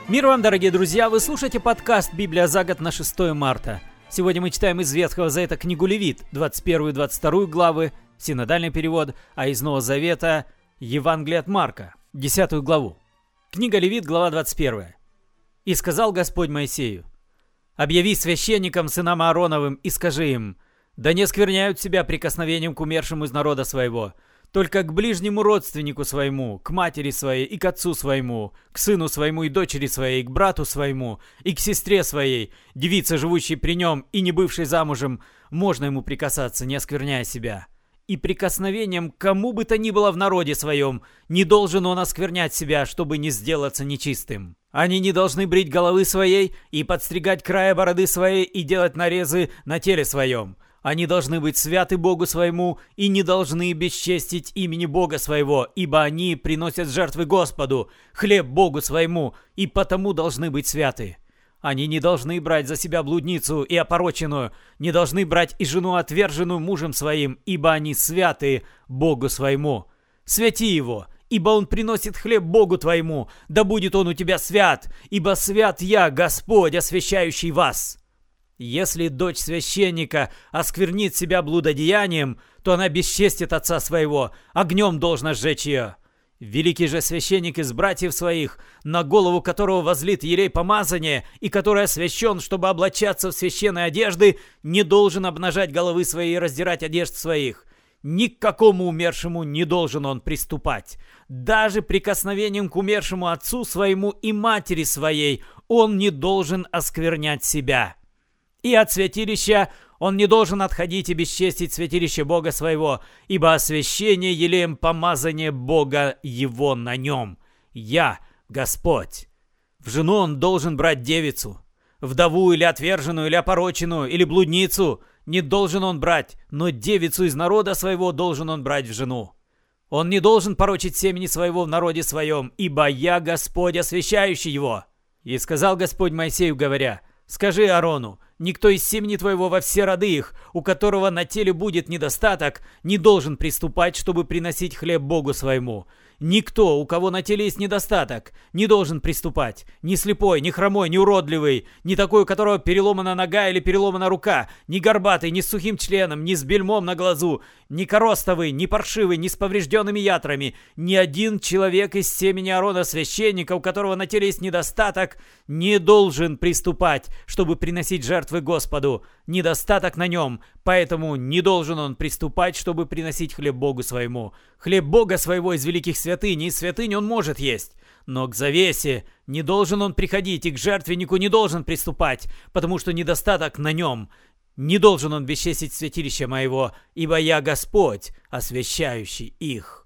Мир вам, дорогие друзья! Вы слушаете подкаст «Библия за год» на 6 марта. Сегодня мы читаем из Ветхого Завета книгу Левит, 21 и 22 главы, синодальный перевод, а из Нового Завета Евангелие от Марка, 10 главу. Книга Левит, глава 21. «И сказал Господь Моисею: объяви священникам, сынам Аароновым, и скажи им: да не оскверняют себя прикосновением к умершему из народа своего, только к ближнему родственнику своему, к матери своей и к отцу своему, к сыну своему и дочери своей, к брату своему и к сестре своей, девице, живущей при нем и не бывшей замужем, можно ему прикасаться, не оскверняя себя. И прикосновением к кому бы то ни было в народе своем не должен он осквернять себя, чтобы не сделаться нечистым. Они не должны брить головы своей и подстригать края бороды своей и делать нарезы на теле своем. Они должны быть святы Богу своему и не должны бесчестить имени Бога своего, ибо они приносят жертвы Господу, хлеб Богу своему, и потому должны быть святы. Они не должны брать за себя блудницу и опороченную, не должны брать и жену, отверженную мужем своим, ибо они святы Богу своему. Святи его, ибо он приносит хлеб Богу твоему, да будет он у тебя свят, ибо свят я, Господь, освящающий вас. Если дочь священника осквернит себя блудодеянием, то она бесчестит отца своего, огнем должна сжечь ее. Великий же священник из братьев своих, на голову которого возлит елей помазания, и который освящен, чтобы облачаться в священные одежды, не должен обнажать головы свои и раздирать одежд своих. Ни к какому умершему не должен он приступать. Даже прикосновением к умершему отцу своему и матери своей он не должен осквернять себя. И от святилища он не должен отходить и бесчестить святилище Бога своего, ибо освящение елеем помазание Бога его на нем. Я, Господь. В жену он должен брать девицу, вдову или отверженную, или опороченную, или блудницу не должен он брать, но девицу из народа своего должен он брать в жену. Он не должен порочить семени своего в народе своем, ибо я, Господь, освящающий его. И сказал Господь Моисею, говоря: скажи Аарону: никто из семени твоего во все роды их, у которого на теле будет недостаток, не должен приступать, чтобы приносить хлеб Богу своему. Никто, у кого на теле есть недостаток, не должен приступать. Ни слепой, ни хромой, ни уродливый, ни такой, у которого переломана нога или переломана рука, ни горбатый, ни с сухим членом, ни с бельмом на глазу, ни коростовый, ни паршивый, ни с поврежденными ятрами. Ни один человек из семени Аарона, священника, у которого на теле есть недостаток, не должен приступать, чтобы приносить жертвы Господу. Недостаток на нем, поэтому не должен он приступать, чтобы приносить хлеб Богу своему. Хлеб Бога своего из великих святынь, и из святынь он может есть. Но к завесе не должен он приходить, и к жертвеннику не должен приступать, потому что недостаток на нем. Не должен он бесчестить святилище моего, ибо я Господь, освящающий их.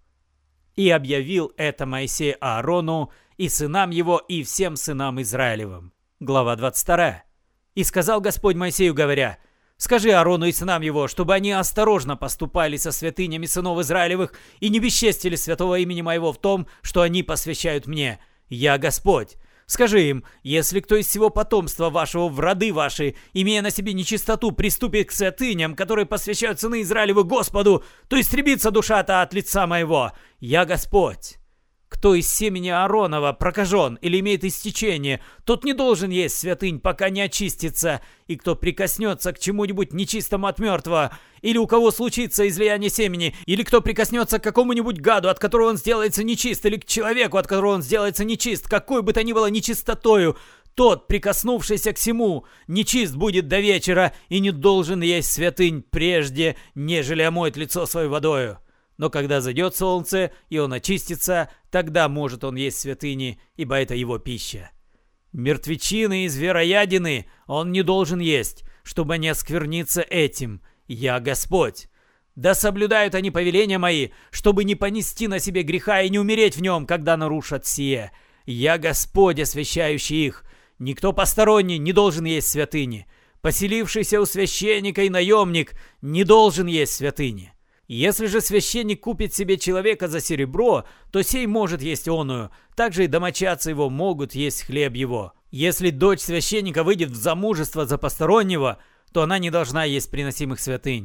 И объявил это Моисей Аарону и сынам его, и всем сынам Израилевым. Глава 22. И сказал Господь Моисею, говоря: скажи Аарону и сынам его, чтобы они осторожно поступали со святынями сынов Израилевых и не бесчестили святого имени моего в том, что они посвящают мне. Я Господь. Скажи им: если кто из всего потомства вашего в роды ваши, имея на себе нечистоту, приступит к святыням, которые посвящают сыны Израилевы Господу, то истребится душа-то от лица моего. Я Господь. Кто из семени Ааронова прокажен или имеет истечение, тот не должен есть святынь, пока не очистится. И кто прикоснется к чему-нибудь нечистому от мертвого, или у кого случится излияние семени, или кто прикоснется к какому-нибудь гаду, от которого он сделается нечист, или к человеку, от которого он сделается нечист, какой бы то ни было нечистотою, тот, прикоснувшийся к сему, нечист будет до вечера и не должен есть святынь прежде, нежели омоет лицо свое водою. Но когда зайдет солнце, и он очистится, тогда может он есть святыни, ибо это его пища. Мертвечины и звероядины он не должен есть, чтобы не оскверниться этим. Я Господь. Да соблюдают они повеления мои, чтобы не понести на себе греха и не умереть в нем, когда нарушат сие. Я Господь, освящающий их. Никто посторонний не должен есть святыни. Поселившийся у священника и наемник не должен есть святыни. Если же священник купит себе человека за серебро, то сей может есть оную, также и домочадцы его могут есть хлеб его. Если дочь священника выйдет в замужество за постороннего, то она не должна есть приносимых святынь.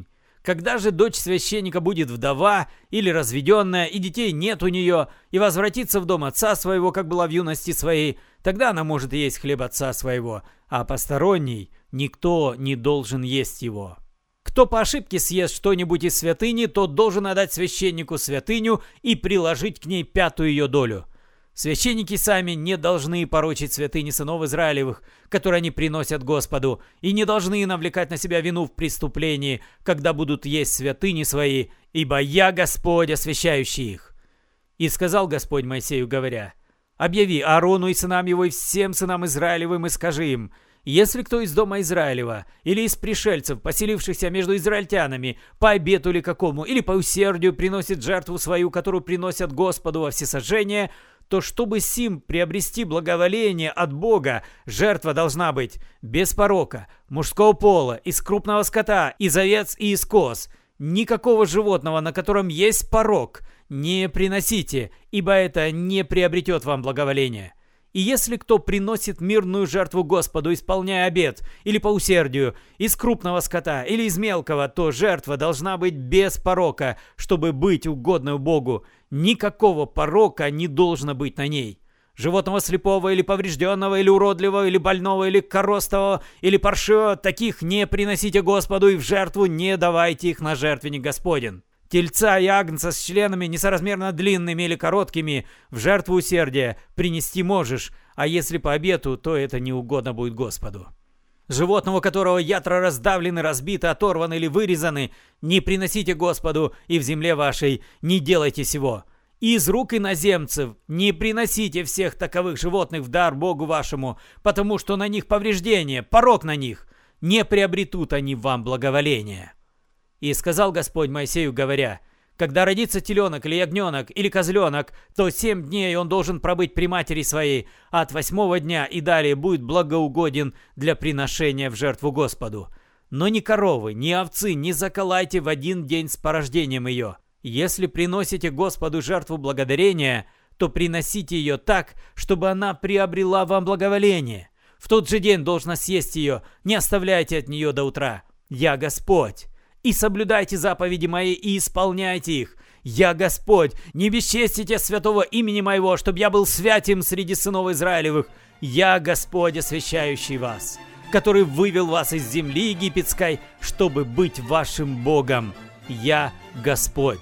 Когда же дочь священника будет вдова или разведенная, и детей нет у нее, и возвратится в дом отца своего, как была в юности своей, тогда она может есть хлеб отца своего, а посторонний никто не должен есть его. Кто по ошибке съест что-нибудь из святыни, тот должен отдать священнику святыню и приложить к ней 5-ю ее долю. Священники сами не должны порочить святыни сынов Израилевых, которые они приносят Господу, и не должны навлекать на себя вину в преступлении, когда будут есть святыни свои, ибо я Господь, освящающий их. И сказал Господь Моисею, говоря: «Объяви Аарону и сынам его и всем сынам Израилевым, и скажи им: если кто из дома Израилева или из пришельцев, поселившихся между израильтянами, по обету или какому, или по усердию приносит жертву свою, которую приносят Господу во всесожжение, то чтобы сим приобрести благоволение от Бога, жертва должна быть без порока, мужского пола, из крупного скота, из овец и из коз. Никакого животного, на котором есть порок, не приносите, ибо это не приобретет вам благоволения. И если кто приносит мирную жертву Господу, исполняя обет, или по усердию, из крупного скота, или из мелкого, то жертва должна быть без порока, чтобы быть угодной Богу. Никакого порока не должно быть на ней. Животного слепого или поврежденного, или уродливого, или больного, или коростового, или паршивого, таких не приносите Господу, и в жертву не давайте их на жертвенник Господень. Тельца и агнца с членами несоразмерно длинными или короткими в жертву усердия принести можешь, а если по обету, то это не угодно будет Господу. Животного, которого ятра раздавлены, разбиты, оторваны или вырезаны, не приносите Господу, и в земле вашей не делайте сего. Из рук иноземцев не приносите всех таковых животных в дар Богу вашему, потому что на них повреждение, порок на них, не приобретут они вам благоволения». И сказал Господь Моисею, говоря: «Когда родится теленок или ягненок или козленок, то 7 дней он должен пробыть при матери своей, а от 8-го дня и далее будет благоугоден для приношения в жертву Господу. Но ни коровы, ни овцы не заколайте в один день с порождением ее. Если приносите Господу жертву благодарения, то приносите ее так, чтобы она приобрела вам благоволение. В тот же день должно съесть ее, не оставляйте от нее до утра. Я Господь. И соблюдайте заповеди мои и исполняйте их. Я Господь, не бесчестите святого имени моего, чтобы я был святым среди сынов Израилевых. Я Господь, освящающий вас, который вывел вас из земли египетской, чтобы быть вашим Богом. Я Господь».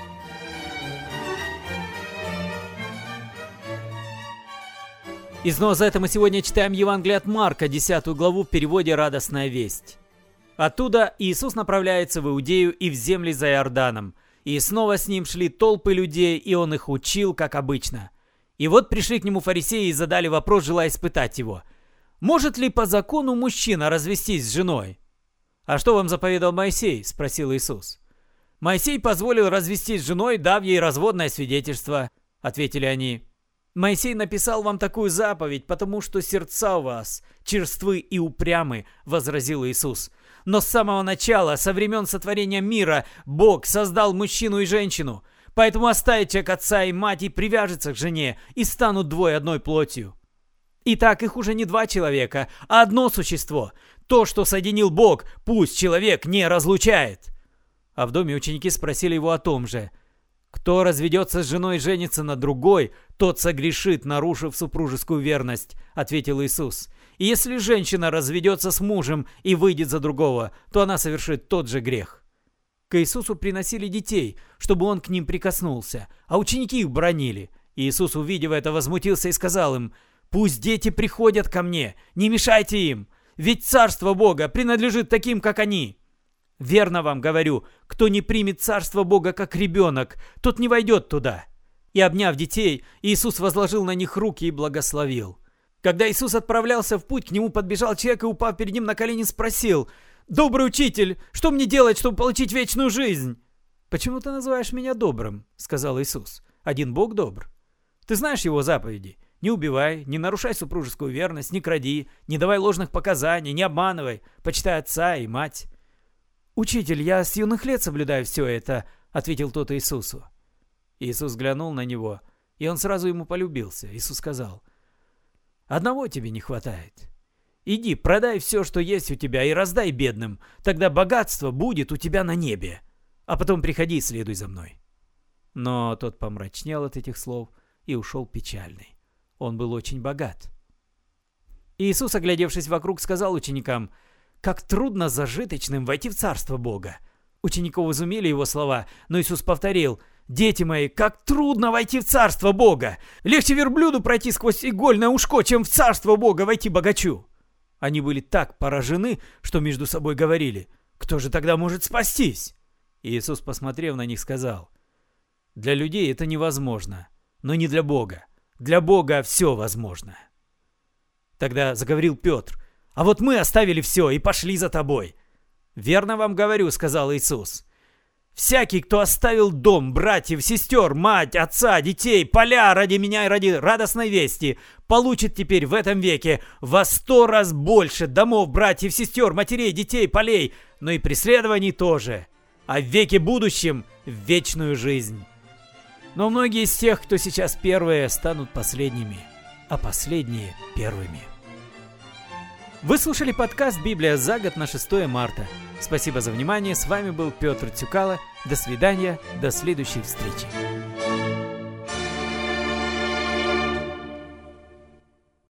И снова за это мы сегодня читаем Евангелие от Марка, 10 главу в переводе «Радостная весть». Оттуда Иисус направляется в Иудею и в земли за Иорданом. И снова с ним шли толпы людей, и он их учил, как обычно. И вот пришли к нему фарисеи и задали вопрос, желая испытать его: «Может ли по закону мужчина развестись с женой?» «А что вам заповедал Моисей?» – спросил Иисус. «Моисей позволил развестись с женой, дав ей разводное свидетельство», – ответили они. «Моисей написал вам такую заповедь, потому что сердца у вас черствы и упрямы», – возразил Иисус. «Но с самого начала, со времен сотворения мира, Бог создал мужчину и женщину. Поэтому оставит человек отца и мать и привяжется к жене, и станут двое одной плотью. Итак, их уже не 2 человека, а одно существо. То, что соединил Бог, пусть человек не разлучает». А в доме ученики спросили его о том же. «Кто разведется с женой и женится на другой, тот согрешит, нарушив супружескую верность», — ответил Иисус. «И если женщина разведется с мужем и выйдет за другого, то она совершит тот же грех». К Иисусу приносили детей, чтобы он к ним прикоснулся, а ученики их бранили. Иисус, увидев это, возмутился и сказал им: «Пусть дети приходят ко мне, не мешайте им, ведь Царство Бога принадлежит таким, как они. Верно вам говорю, кто не примет Царство Бога как ребенок, тот не войдет туда». И, обняв детей, Иисус возложил на них руки и благословил. Когда Иисус отправлялся в путь, к нему подбежал человек и, упав перед ним на колени, спросил: «Добрый учитель, что мне делать, чтобы получить вечную жизнь?» «Почему ты называешь меня добрым?» — сказал Иисус. «Один Бог добр. Ты знаешь его заповеди: не убивай, не нарушай супружескую верность, не кради, не давай ложных показаний, не обманывай, почитай отца и мать». «Учитель, я с юных лет соблюдаю все это», — ответил тот Иисусу. Иисус глянул на него, и он сразу ему полюбился. Иисус сказал: «Одного тебе не хватает. Иди, продай все, что есть у тебя, и раздай бедным. Тогда богатство будет у тебя на небе. А потом приходи и следуй за мной». Но тот помрачнел от этих слов и ушел печальный. Он был очень богат. Иисус, оглядевшись вокруг, сказал ученикам: «Как трудно зажиточным войти в Царство Бога». Учеников изумили его слова, но Иисус повторил: «Дети мои, как трудно войти в Царство Бога! Легче верблюду пройти сквозь игольное ушко, чем в Царство Бога войти богачу!» Они были так поражены, что между собой говорили: «Кто же тогда может спастись?» И Иисус, посмотрев на них, сказал: «Для людей это невозможно, но не для Бога. Для Бога все возможно». Тогда заговорил Петр: «А вот мы оставили все и пошли за тобой». «Верно вам говорю, — сказал Иисус, — всякий, кто оставил дом, братьев, сестер, мать, отца, детей, поля ради меня и ради радостной вести, получит теперь в этом веке во 100 раз больше домов, братьев, сестер, матерей, детей, полей, но и преследований тоже, а в веке будущем — в вечную жизнь. Но многие из тех, кто сейчас первые, станут последними, а последние — первыми». Вы слушали подкаст «Библия за год» на 6 марта. Спасибо за внимание. С вами был Петр Цюкало. До свидания. До следующей встречи.